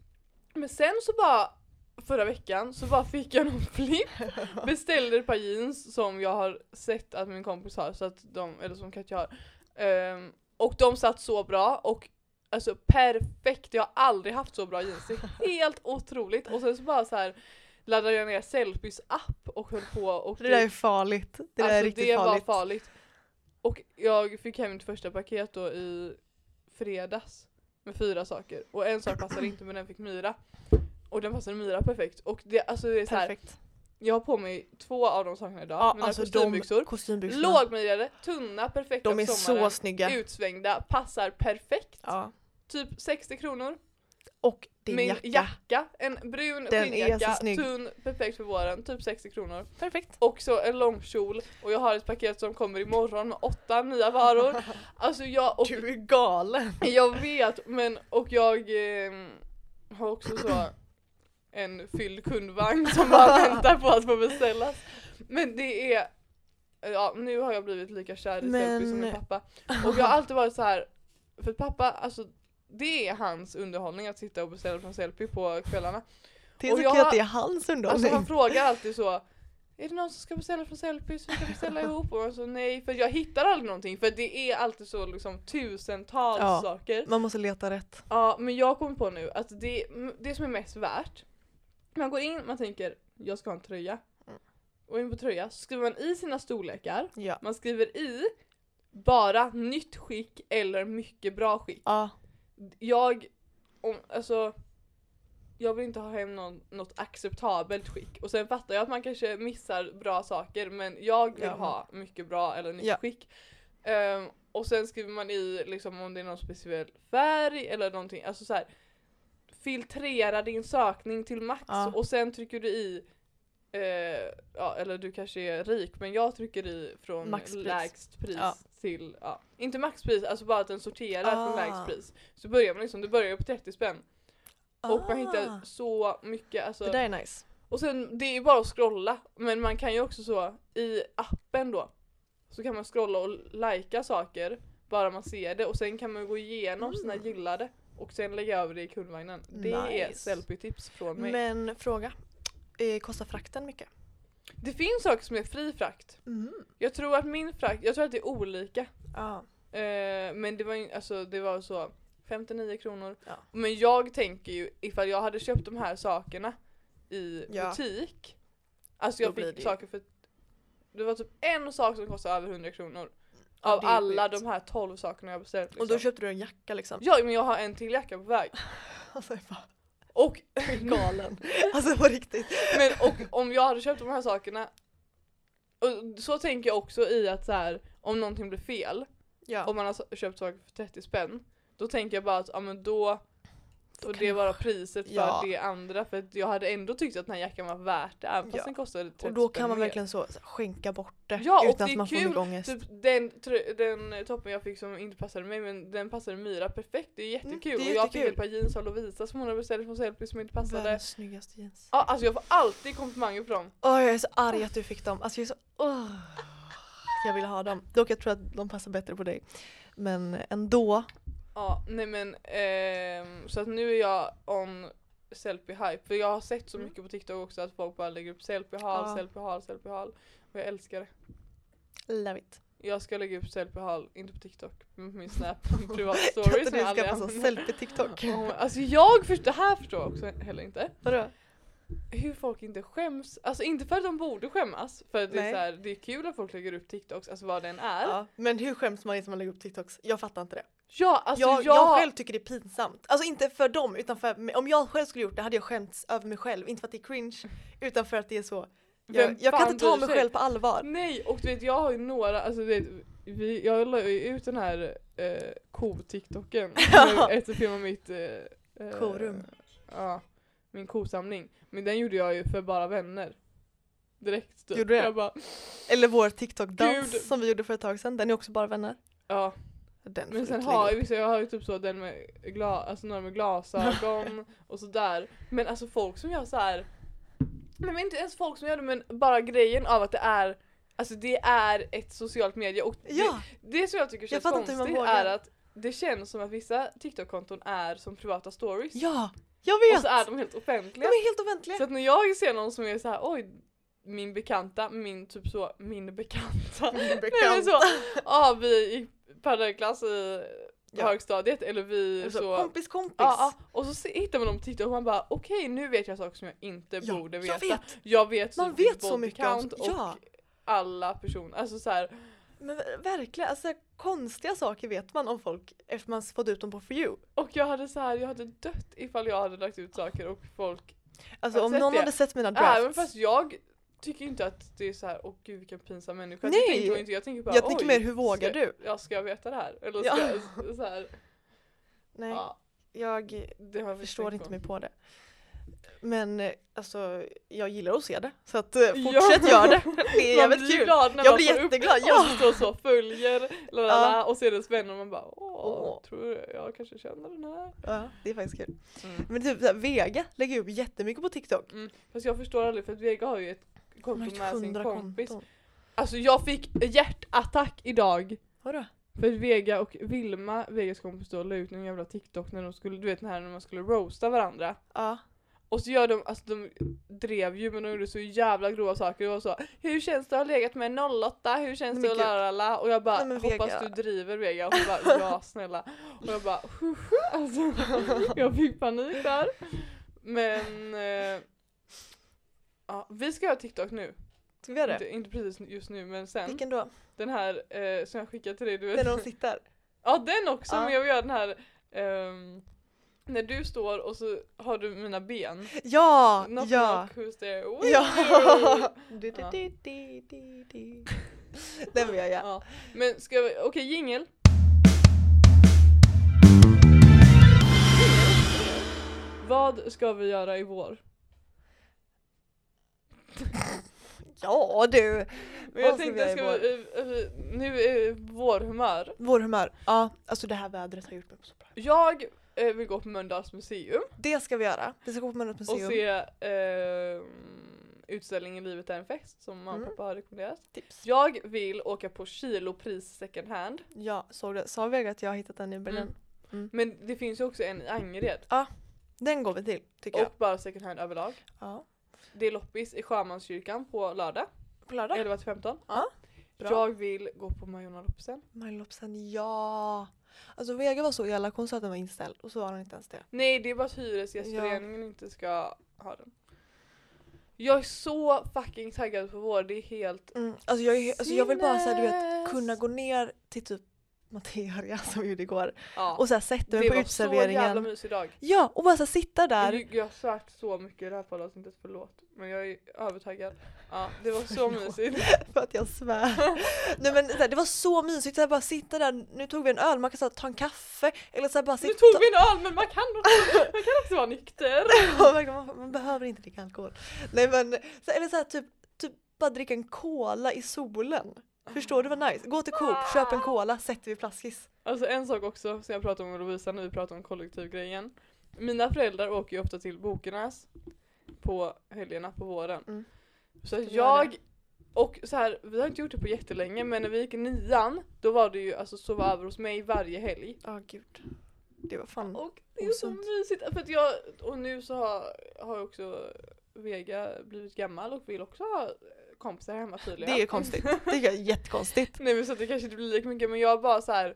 men sen så bara förra veckan så bara fick jag någon flipp, beställde ett par jeans som jag har sett att min kompis har, så att de, eller som Katja har, Ehm, och de satt så bra och alltså perfekt, jag har aldrig haft så bra jeans, det är helt otroligt. Och sen så bara så här laddade jag ner Sellpys app och höll på och Det där är farligt. Det där alltså, är riktigt det farligt. var farligt. Och jag fick hem mitt första paket då i fredags med fyra saker. Och en sak passade inte, men den fick Myra. Och den passade Myra perfekt. Och det, alltså det är så här, Perfekt. jag har på mig två av de sakerna idag. Ja, Mina alltså kostymbyxor. de kostymbyxorna. Lågmidjade, tunna, perfekta De är för sommaren. så snygga. Utsvängda, passar perfekt. Ja. Typ sextio kronor. Och din Min jacka. jacka, en brun Den är skinnjacka, så snygg. tunn, perfekt för våren, typ sextio kronor. Perfekt. Och så en lång kjol. Och jag har ett paket som kommer imorgon med åtta nya varor. Alltså jag, och Du är galen. jag vet, men och jag eh, har också så en fylld kundvagn som bara väntar på att få beställas. Men det är, ja, nu har jag blivit lika kär i Men- Sellpy som min pappa. Och jag har alltid varit så här, för pappa, alltså det är hans underhållning att sitta och beställa från Sellpy på kvällarna. Det är Och så jag kul att har- det är hans Alltså underhållning. han frågar alltid så, är det någon som ska beställa från Sellpy så vi kan beställa ihop? Och jag så nej, för jag hittar aldrig någonting, för det är alltid så liksom tusentals Ja. saker. Man måste leta rätt. Ja, men jag kommer på nu att det, det som är mest värt, man går in, man tänker, jag ska ha en tröja. Mm. Och in på tröja så skriver man i sina storlekar, Ja. man skriver i bara nytt skick eller mycket bra skick. Ja. Jag, om, alltså, jag vill inte ha hem någon, något acceptabelt skick. Och sen fattar jag att man kanske missar bra saker, men jag vill Ja. ha mycket bra eller nytt Ja. skick. Ehm, och sen skriver man i liksom, om det är någon speciell färg eller någonting, alltså så här, filtrera din sökning till max. Ja. Och sen trycker du i eh, ja, eller du kanske är rik, men jag trycker i från Maxpris. lägst pris Ja. till, ja, inte maxpris, alltså bara att den sorterar Ah. från lägst pris. Så börjar man liksom, du börjar på trettio spänn. Och man hittar Ah. så mycket, alltså. Det där är nice. Och sen, det är ju bara att scrolla, men man kan ju också så, i appen då, så kan man scrolla och lajka saker, bara man ser det, och sen kan man gå igenom Mm. sina gillade, och sen lägga över det i kundvagnen. Det är Nice. Sellpy-tips från mig. Men fråga. Eh, kostar frakten mycket? Det finns saker som är fri frakt. Mm. Jag tror att min frakt, jag tror att det är olika. Ja. Eh, men det var ju, alltså det var så femtionio kronor. Ja. Men jag tänker ju, ifall jag hade köpt de här sakerna i Ja. butik. Alltså Då jag blir fick det ju- saker för, det var typ en sak som kostade över hundra kronor. Ja, Av det är alla sjukt. de här tolv sakerna jag beställt. Liksom. Och då köpte du en jacka liksom? Ja, men jag har en till jacka på väg. Alltså jag är bara Och, galen. Alltså på riktigt. men, och om jag hade köpt de här sakerna, och så tänker jag också i att så här, om någonting blir fel, Ja. om man har köpt saker för trettio spänn, då tänker jag bara att ja, men då får kan det det vara vara- priset för Ja. det andra, för att jag hade ändå tyckt att den här jackan var värt det, även fast Ja. den kostade trettio Och då spänn kan man mer. verkligen så, så här, skänka bort det Ja, och utan det att är man får kul. mycket ångest. Typ den, trö- den toppen jag fick som inte passade mig, men den passade Myra perfekt, det är jättekul. Mm, det är och jag fick jättekul. ett par jeans av Lovisa som hon hade beställt från Sellpy som inte passade. Världens snyggaste jeans. Ja, alltså jag får alltid komplimanger för dem. Åh, jag är så arg att du fick dem. Alltså jag är så... Åh. Jag vill ha dem. Dock jag tror att de passar bättre på dig. Men ändå. Ja, nej men ehm, så att nu är jag on Sellpy hype, för jag har sett så Mm. mycket på TikTok också att folk bara lägger upp Sellpy haul, Ja. Sellpy haul, Sellpy haul, och jag älskar det. Love it. Jag ska lägga upp Sellpy haul, inte på TikTok, men på min Snap, privata Kan stories. inte som du jag aldrig skaffa så använder. selfie-tiktok? Oh, alltså jag förstår, det här förstår jag också heller inte. Vadå? Hur folk inte skäms, alltså inte för att de borde skämmas, för att det är, Nej. så här, det är kul att folk lägger upp TikToks, alltså vad den är. Ja, men hur skäms man inte man lägger upp TikToks? Jag fattar inte det. Ja, alltså jag, jag, jag själv tycker det är pinsamt. Alltså inte för dem, utan för om jag själv skulle gjort det hade jag skämts över mig själv. Inte för att det är cringe, utan för att det är så. Jag, Vem jag kan fan inte ta bryr mig sig? själv på allvar. Nej, och du vet jag har ju några, alltså du vet, vi, jag la ju ut den här eh, ko-tiktoken efter att filma mitt eh, eh, Korum. Ja, min kosamling. Men den gjorde jag ju för bara vänner. Direkt typ. Gjorde du det? Jag bara, Eller vår TikTok-dans Gud. som vi gjorde för ett tag sedan. Den är också bara vänner. ja. Den får Men du sen inte har lägga jag upp. vissa, jag har ju typ så den med glas, alltså några med glasögon och sådär. Men alltså folk som gör så här. Men inte ens folk som gör det, men bara grejen av att det är, alltså det är ett socialt medie, och Ja, det, det som jag tycker känns fattar inte hur man konstigt vågar. är att det känns som att vissa TikTok-konton är som privata stories. ja, jag Och vet! så är de helt De offentliga. är helt offentliga. Så att när jag ser någon som är så här, oj, min bekanta, min typ så, min bekanta. Min Nej, men bekant. så, ja vi gick parallellklass i Ja. högstadiet, eller vi Alltså, så. kompis kompis. Ja, ja, och så se- hittar man dem på TikTok och man bara okej, nu vet jag saker som jag inte Ja, borde jag veta. vet. Jag vet Man typ vet ditt så mycket om- bodycount och ja. alla personer, alltså så här, Men ver- verkligen, alltså konstiga saker vet man om folk efter man fått ut dem på For You. Och jag hade så här, jag hade dött ifall jag hade lagt ut saker och folk... Alltså Har om du sett någon det? hade sett mina drafts. Även fast jag tycker inte att det är så här, åh gud vilken pinsam människa. Nej! Det tänker jag inte, jag tänker bara, Jag tänker oj, mer, hur vågar ska, du? Ja, ska jag veta det här? Eller Ja. ska jag så här, Nej, ja, jag det har jag förstår tänkt inte på. mig på det. Men eh, alltså, jag gillar att se det. Så att eh, Ja. fortsätt göra det. Det är Man jävligt blir kul. glad när Jag man blir får jätteglad, upp ja. och står så följer lalala, Ja. och ser det spännande och man bara åh, Åh. tror du jag kanske känner den här? Ja, det är faktiskt kul. Mm. Men typ såhär, Vega lägger upp jättemycket på TikTok. Mm. Fast jag förstår aldrig för att Vega har ju ett De konto har med sin hundra kompis. konton. Alltså jag fick hjärtattack idag. Vadå? För att Vega och Vilma, Vegas kompis då, la ut en jävla TikTok när de skulle, du vet den här när man skulle roasta varandra. Ja. Och så gör de, alltså de drev ju men de gjorde så jävla grova saker. Det var så, hur känns det att ha legat med noll åtta? Hur känns Men det att gud. lalala? Och jag bara, Nej, men hoppas Vega. du driver Vega. Och hon bara, ja snälla. Och jag bara, alltså, jag fick panik där. Men, eh, ja, vi ska ha TikTok nu. Ska vi göra det? Inte, inte precis just nu men sen. Vilken då? Den här eh, som jag skickade till dig, du vet. Där de sitter. Ja, den också, Ja. men jag vill göra den här ehm, när du står och så har du mina ben. Ja! Knock ja! knock, who's there? Ja! Du, du, Ja. du, du, du, du. Den vill jag göra. Ja. Men ska vi, okej, jingel. Vad ska vi göra i vår? Ja du! Men jag Vad ska tänkte, vi ska göra i vi, eh, eh, nu är vårhumör. Vår humör. Ja, alltså det här vädret har gjort mig så bra. Jag eh, vill gå på Mölndals museum Det ska vi göra. Vi ska gå på Mölndals och museum. se eh, utställningen Livet är en fest som mamma och Mm. pappa har rekommenderat. Tips. Jag vill åka på kilopris second hand. Ja, såg det. Sa Vega att jag har hittat den i Berlin? Mm. Men det finns ju också en i Angered. Den går vi till, tycker Och bara second hand överlag. jag. Ja. Det är loppis i Sjömanskyrkan på lördag. På lördag? elva till femton. Ja. Bra. Jag vill gå på Majorna-loppisen. Majlopsen, ja! Alltså Vega var så elak, hon sa att den var inställd och så var den inte ens det. Nej, det är bara att hyresgästföreningen inte ska ha den. Jag är så fucking taggad på vår. Det är helt... Mm. Alltså, jag, är, alltså jag vill bara så här, du vet, Sinnes. kunna gå ner till typ Materia som vi gjorde igår Ja. och så här, sätta mig det på var så jävla utserveringen. mysig idag. Ja, och bara så här, sitta där. Jag, jag har sagt så mycket i det här poddavsnittet, förlåt. Men jag är övertaggad. Ja, det var så mysigt. För att jag svär. Nej men så här, det var så mysigt att bara sitta där. Nu tog vi en öl, man kan så här, ta en kaffe eller så här, bara Nu sitta. tog vi en öl, men man kan också, man kan också vara nykter. Ja, verkligen, man, man behöver inte dricka alkohol. Nej men så, eller så här, typ typ bara dricka en cola i solen. Förstår du vad nice? Gå till Coop, köp en cola, sätter vi flaskis. Alltså en sak också som jag pratade om med Lovisa när vi pratade om kollektivgrejen. Mina föräldrar åker ju ofta till Bokenäs på helgerna på våren. Mm. Så vi göra jag, och så här, vi har inte gjort det på jättelänge, men när vi gick i nian, då var det ju alltså sova över hos mig varje helg. Ja, oh, gud. Det var fan. Och det är så Osunt. mysigt, för att jag, och nu så har, har jag också Vega blivit gammal och vill också ha kompisar hemma tydligen. Det är konstigt. Det är jättekonstigt. Nej, men så att det kanske inte blir lika mycket, men jag bara så här.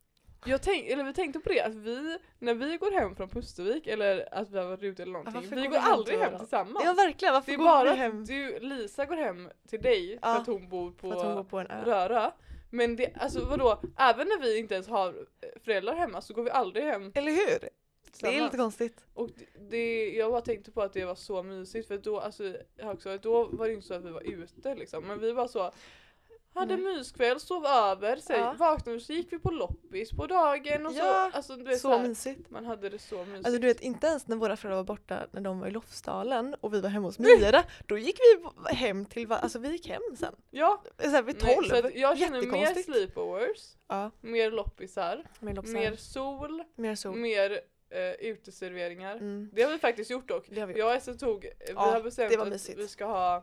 Jag tänk, eller vi tänkte på det, att vi, när vi går hem från Pustervik eller att vi har varit ute eller någonting, varför vi går går vi hem aldrig till hem varandra? tillsammans. Ja, verkligen. Varför Det är går bara vi att hem? du, Lisa går hem till dig Ja. för att hon bor på, För att hon går på en ö. Röra. Men det, alltså vadå, även när vi inte ens har föräldrar hemma så går vi aldrig hem Eller hur? Det är tillsammans. lite konstigt. Och det, det, jag bara tänkte på att det var så mysigt, för då, alltså, jag har också, då var det inte så att vi var ute liksom, men vi var så, hade Nej. myskväll, sov över, så Ja. vaknade och så gick vi på loppis på dagen och Ja, så, alltså du vet, Så så här, mysigt. man hade det så mysigt. Alltså du vet, inte ens när våra föräldrar var borta när de var i Lofsdalen och vi var hemma hos Mira, då gick vi hem till, va- alltså vi gick hem sen. ja, Så här, vid nej, tolv. så att jag känner mer Jättekonstigt. sleepovers, Ja, mer loppisar, mer loppsar. mer sol, Mer sol. mer eh, uteserveringar. Mm. Det har vi faktiskt gjort dock. Det har vi. Jag och Esse tog, vi Ja, har det bestämt var att mysigt. vi ska ha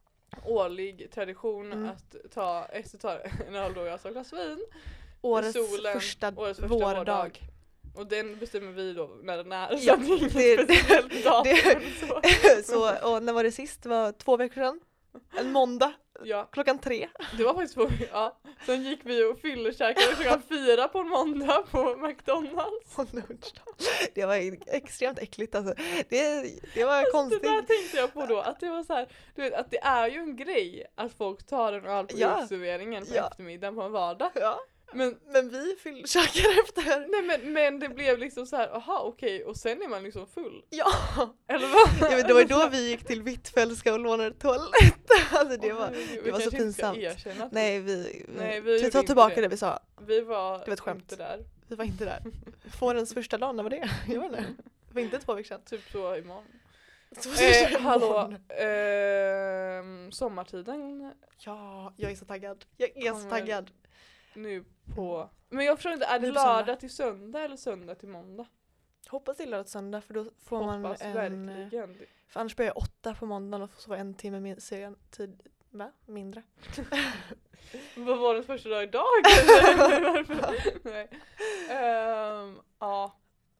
årlig tradition Mm. att ta, Esse tar en öl då, jag tar ett glas vin. Årets, solen, första årets första vårdag. vårdag. Och den bestämmer vi då när den är. Ja, så att det är det- inget speciellt datum det- eller så. Så, och när var det sist? Det var två veckor sedan. En måndag, Ja, klockan tre. det var faktiskt på, ja. Sen gick vi och fyllekäkade klockan fyra på en måndag på McDonalds. På lunchdag. Det var extremt äckligt alltså. Det, det var Alltså, konstigt. det där tänkte jag på då, att det var så här, du vet, att det är ju en grej att folk tar en öl på Ja. uteserveringen på Ja. eftermiddagen på en vardag. Ja. Men, Men vi fyllkäkar efter. nej, men, men det blev liksom så här, aha okej, och sen är man liksom full. Ja. Eller vad? Ja, men det var ju då vi gick till Hvitfeldtska och lånade toalett. Alltså det var, Vi det var så kanske inte ska pinsamt. erkänna att Nej, vi, Nej, vi vi gjorde tar inte tillbaka det. det vi sa. vi var, Det var ett skämt. inte där. Vi var inte där. Fårens första dag, när var det? Jag vet inte. Det var inte två veckor sedan. Typ så imorgon. Så Eh, hallå, eh, sommartiden Ja, jag är så taggad. Jag är så Kommer- taggad. nu på... Men jag förstår inte, är det Nu på söndag. lördag till söndag eller söndag till måndag? Hoppas det är lördag till söndag för då får man Hoppas en... verkligen. För annars börjar jag åtta på måndagen och så får jag en timme min sen tid. Va? Mindre. Vad var den första dag idag? eller? Varför? Nej. Ehm, ja.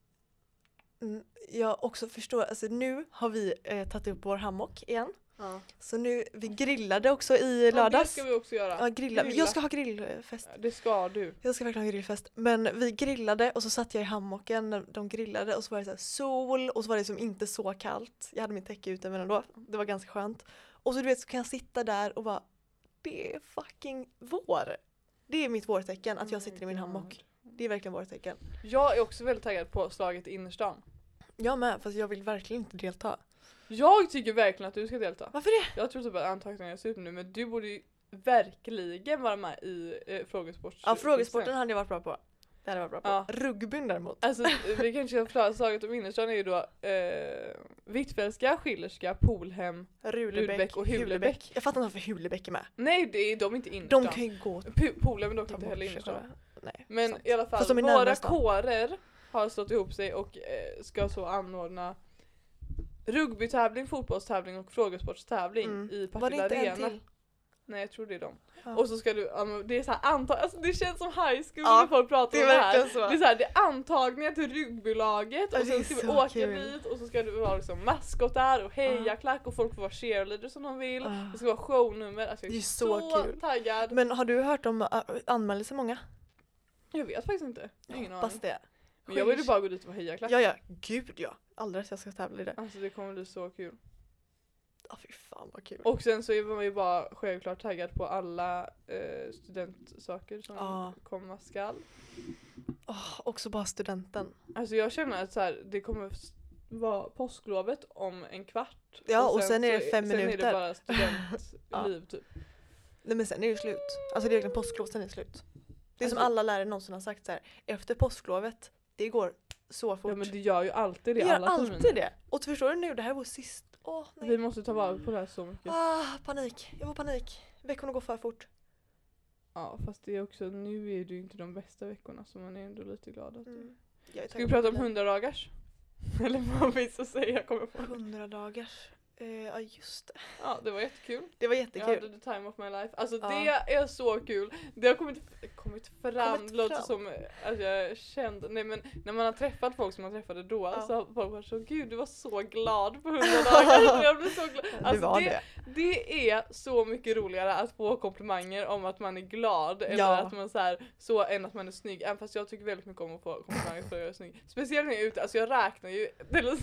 Mm, jag också förstår, alltså nu har vi eh, tagit upp vår hammock igen. ja. Så nu, vi grillade också i Ja, det lördags. ska vi också göra. Ja, grilla. Grilla. Jag ska ha grillfest. Ja, det ska du. Jag ska verkligen ha grillfest. Men vi grillade och så satt jag i hammocken när de grillade och så var det så här sol och så var det som inte så kallt. Jag hade min täcke ute men ändå. Det var ganska skönt. Och så du vet så kan jag sitta där och bara, det är fucking vår. Det är mitt vårtecken att jag sitter i min hammock. Det är verkligen vårtecken. Jag är också väldigt taggad på slaget i innerstan. Jag med, fast jag vill verkligen inte delta. Jag tycker verkligen att du ska delta. Varför det? Jag tror typ att antagningen ser ut nu, men du borde ju verkligen vara med i eh, frågesports. Ja, frågesporten hade jag varit bra på. Det hade jag varit bra på. Ja. Rugbyn däremot. Alltså vi kanske ska förklara, slaget om innerstan är ju då eh, Hvitfeldtska, Schillerska, Polhem. Rudebäck, Rudebäck och Hulebäck. Jag fattar inte varför Hulebäck är med. Nej, det är de är inte innerstan. De kan ju gå P- Polhem är dock ta inte bort heller sig innerstan. själva. Nej, Men sant. i alla fall, Fast de är våra närmast då. kårer har slått ihop sig och eh, ska så anordna rugbytävling, fotbollstävling och frågesportstävling Mm. i Var det Partille inte en Arena. till? Nej, jag tror det är de. Ja. Och så ska du, ja, men det är så här antag, alltså det känns som high school Ja, när folk pratar det är om det här. verkligen så. Det är så här, det är antagningar till rugbylaget Ja, och det är sen ska vi så åka kul. dit och så ska du vara liksom maskotar och hejaklack och folk får vara cheerleaders som de vill. Ah. Det ska vara shownummer, alltså jag Det är är så så kul. taggad. Men har du hört om, uh, anmäler sig många? Jag vet faktiskt inte, jag har ingen Hoppas aning. det. Men jag vill ju bara gå dit och vara hejaklack. Ja, ja, gud ja. Aldrig att jag ska tävla i det. Alltså det kommer bli så kul. Ja, fy fan vad kul. Och sen så är man ju bara självklart taggad på alla eh, studentsaker som Ja. komma skall. Åh, också bara studenten. Alltså jag känner att så här, det kommer s- vara påsklovet om en kvart. Ja, och sen är det så fem sen är minuter. det bara studentliv typ. Nej men sen är det ju slut. Alltså det är verkligen påsklov, sen är det slut. Det är som Alltså- alla lärare någonsin har sagt så här. Efter påsklovet, det går så fort. Ja men det gör ju alltid det, det gör alla alltid terminer. det. Och förstår du nu, det här är vår sista. Åh nej. Vi måste ta vara på det här så mycket. Ah, panik. Jag får panik. Veckorna går för fort. Ja fast det är också, nu är det ju inte de bästa veckorna så man är ändå lite glad att Mm. Jag är Ska vi taggad prata om på det. hundra dagars? Eller vad vi så säga, jag kommer på. hundra dagars. Eh, ja just det. Ja det var jättekul. Det var Jag jättekul. hade the time of my life. Alltså Ja. det är så kul. Det har kommit, kommit fram, Kommit låter fram. som att jag kände, nej men när man har träffat folk som man träffade då Ja. så har folk varit så, gud du var så glad på hundra dagar. Jag blev så glad. det Alltså, var det, det. det är så mycket roligare att få komplimanger om att man är glad eller Ja. att man så här, så än att man är snygg. Även fast jag tycker väldigt mycket om att få komplimanger för att jag är snygg. Speciellt när jag är ute, alltså jag räknar ju eller,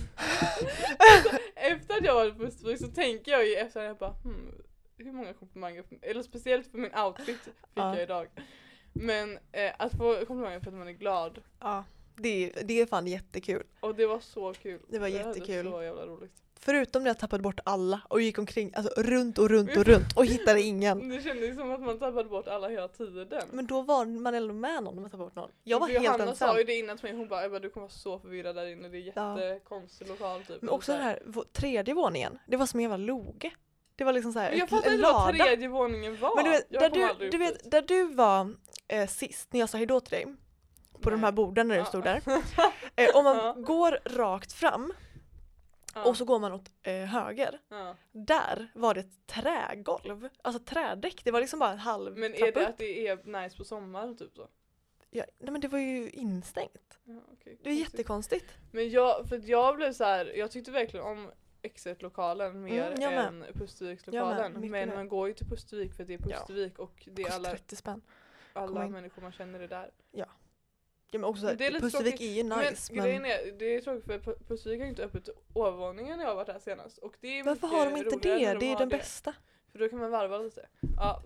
efter att jag var på Östervik så tänker jag ju efter att jag bara hmm, hur många komplimanger, eller speciellt för min outfit fick Ja. jag idag. Men eh, att få komplimanger för att man är glad. Ja. Det, är- det är fan jättekul. Och det var så kul. Det var Jag hade jättekul. så jävla roligt. Förutom det jag tappade bort alla och gick omkring alltså, runt och runt och runt och hittade ingen. Det kändes som att man tappade bort alla hela tiden. Men då var man ändå med någon om man tappade bort någon. Jag var För helt Johanna ensam. sa ju det innan till mig, hon bara Ebba du kommer vara så förvirrad där inne, det är Ja. jättekonstig lokal typ. Men också den här vå- tredje våningen, det var som en jävla loge. Det var liksom så här Men jag ett- fattar en inte vad lada. tredje våningen var. Men du vet, jag där kommer du, aldrig du upp vet, dit. där du var eh, sist när jag sa hejdå till dig, på de Nej. här borden när du Ja. stod där. Eh, om man Ja. går rakt fram Ja. och så går man åt eh, höger, Ja. där var det ett trägolv, alltså trädäck. Det var liksom bara en halv Men är trappa det upp. att det är nice på sommaren typ så? Ja, nej men det var ju instängt. Ja, okay. Det är jättekonstigt. Men jag, för att jag blev så här, jag tyckte verkligen om X ett-lokalen mer Mm, jag med. än Pustervikslokalen. mycket Men mer. man går ju till Pustervik för det är Pustervik och det är Kostar alla, trettio spänn. alla komma in. människor man känner är där. Ja, men också Men det är lite Pustervik tråkigt. är ju nice. Men, Men, grejen är, det är tråkigt för Pu- Pustervik har ju inte öppet övervåningen när jag har varit här senast. Och det är varför mycket har de inte roligare det? när de Det är har den bästa. För då kan man varva lite. Ja.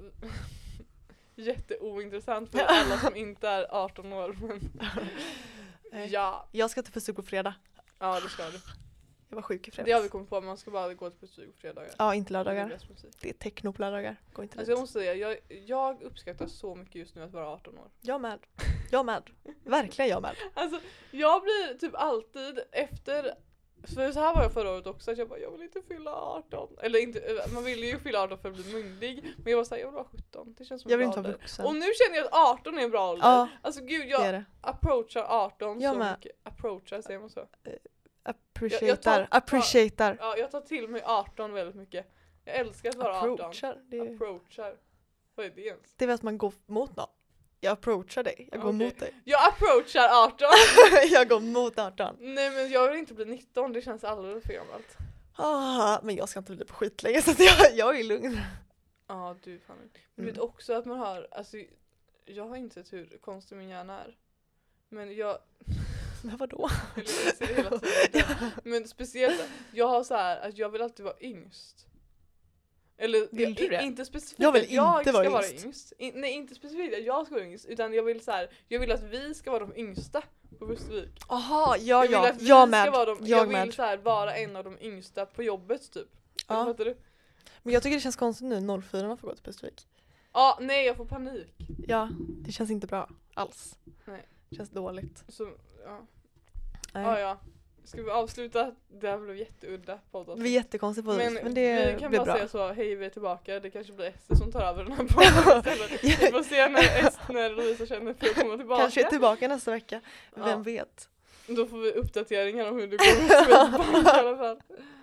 Jätteointressant för alla som inte är arton år. Men Nej. ja, Jag ska till Pustervik på fredag. ja det ska du. Jag var sjuk i fredags. Det har vi kommit på, man ska bara gå till Pustervik på fredagar. Ja, inte Det är lördagar. deras musik. Det är techno på lördagar. Gå inte Alltså dit. jag måste säga, jag, jag uppskattar så mycket just nu att vara arton år. Jag med. Jag med. Verkligen jag med. Alltså jag blir typ alltid efter, för så här var jag förra året också, att jag bara, jag vill inte fylla arton. Eller inte, man vill ju fylla arton för att bli myndig, men jag var såhär, jag vill vara sjutton. Det känns som Jag en vill bra inte vara ålder. vuxen. Och nu känner jag att arton är en bra ålder. Ja, Alltså gud, det jag är det. approachar arton Jag så med. mycket. Approachar, säger man så? Appreciatar. jag tar- Appreciatar. Ja, jag tar till mig arton väldigt mycket. Jag älskar att vara arton. Approachar. Det är, Approachar. Vad är det ens? det är väl att man går mot någon. Jag approachar dig. Jag går Okej. mot dig. Jag approachar arton! Jag går mot arton. Nej men jag vill inte bli nitton, det känns alldeles för gammalt. Ah, men jag ska inte bli det på skitlänge så att jag, jag är lugn. Ja, du fan. Du Mm. vet också att man har, alltså jag har insett hur konstig min hjärna är. Men jag, Men vadå? eller jag ser det hela tiden. Men speciellt, jag har så här att jag vill alltid vara yngst. Eller Vill jag, du det? inte specifikt Jag vill att jag inte ska vara vara yngst. yngst. In, nej, inte specifikt att jag ska vara yngst, utan jag vill så här, jag vill att vi ska vara de yngsta på Pustervik. Aha, ja Jag vill ja. att vi Jag ska med. vara de, Jag jag vill med. så här vara en av de yngsta på jobbet typ. Ja. Fattar du? Men jag tycker det känns konstigt nu noll fyra får gå till Pustervik. Ja, nej jag får panik. Ja, det känns inte bra alls. Nej. Det känns dåligt. Så, ja. Nej. Ja, ja. Ska vi avsluta? Det här blev jätteudda podd. Vi är jättekonstigt på Men det, men det vi kan blir bara bra. säga så, hej vi är tillbaka. Det kanske blir Ester som tar över den här podden istället. Vi får se när, Ester, när Lovisa känner för att komma tillbaka. Kanske är tillbaka nästa vecka. Vem Ja. vet? Då får vi uppdateringar om hur det går med Swedbank i alla fall.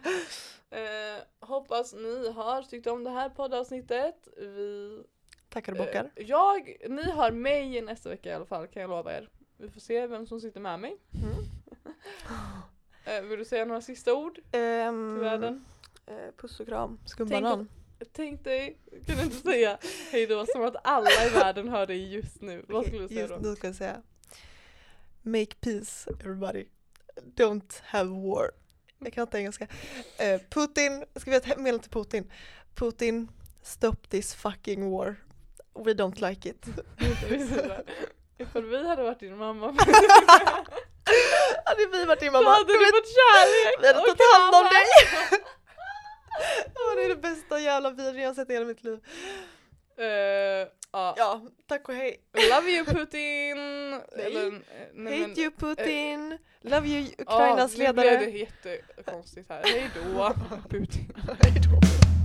Eh, hoppas ni har tyckt om det här poddavsnittet. Vi, Tackar och bockar. eh, jag, ni har mig nästa vecka i alla fall, kan jag lova er. Vi får se vem som sitter med mig. Mm. Eh, vill du säga några sista ord Um, till världen? eh, puss och kram. Tänk Skumbanan. Tänk dig, kan du inte säga hej då som att alla i världen hör dig just nu. Vad skulle du säga Just då? nu ska jag säga. Make peace everybody. Don't have war. Jag kan inte engelska. Eh, Putin, ska vi ha ett mejl till Putin? Putin, stop this fucking war. We don't like it. Ifall vi hade varit din mamma Hade vi varit din då mamma? hade du fått kärlek. Vi hade och tagit hand om kramar. dig. Ja, det är det bästa jävla videon jag har sett i hela mitt liv. Eh, ja. Ja, tack och hej. Love you Putin. Eller, eh, nej, Hate men- you Putin. Love you Ja, Ukrainas nu blev ledare. det jättekonstigt här. Hej då Putin. Hej då.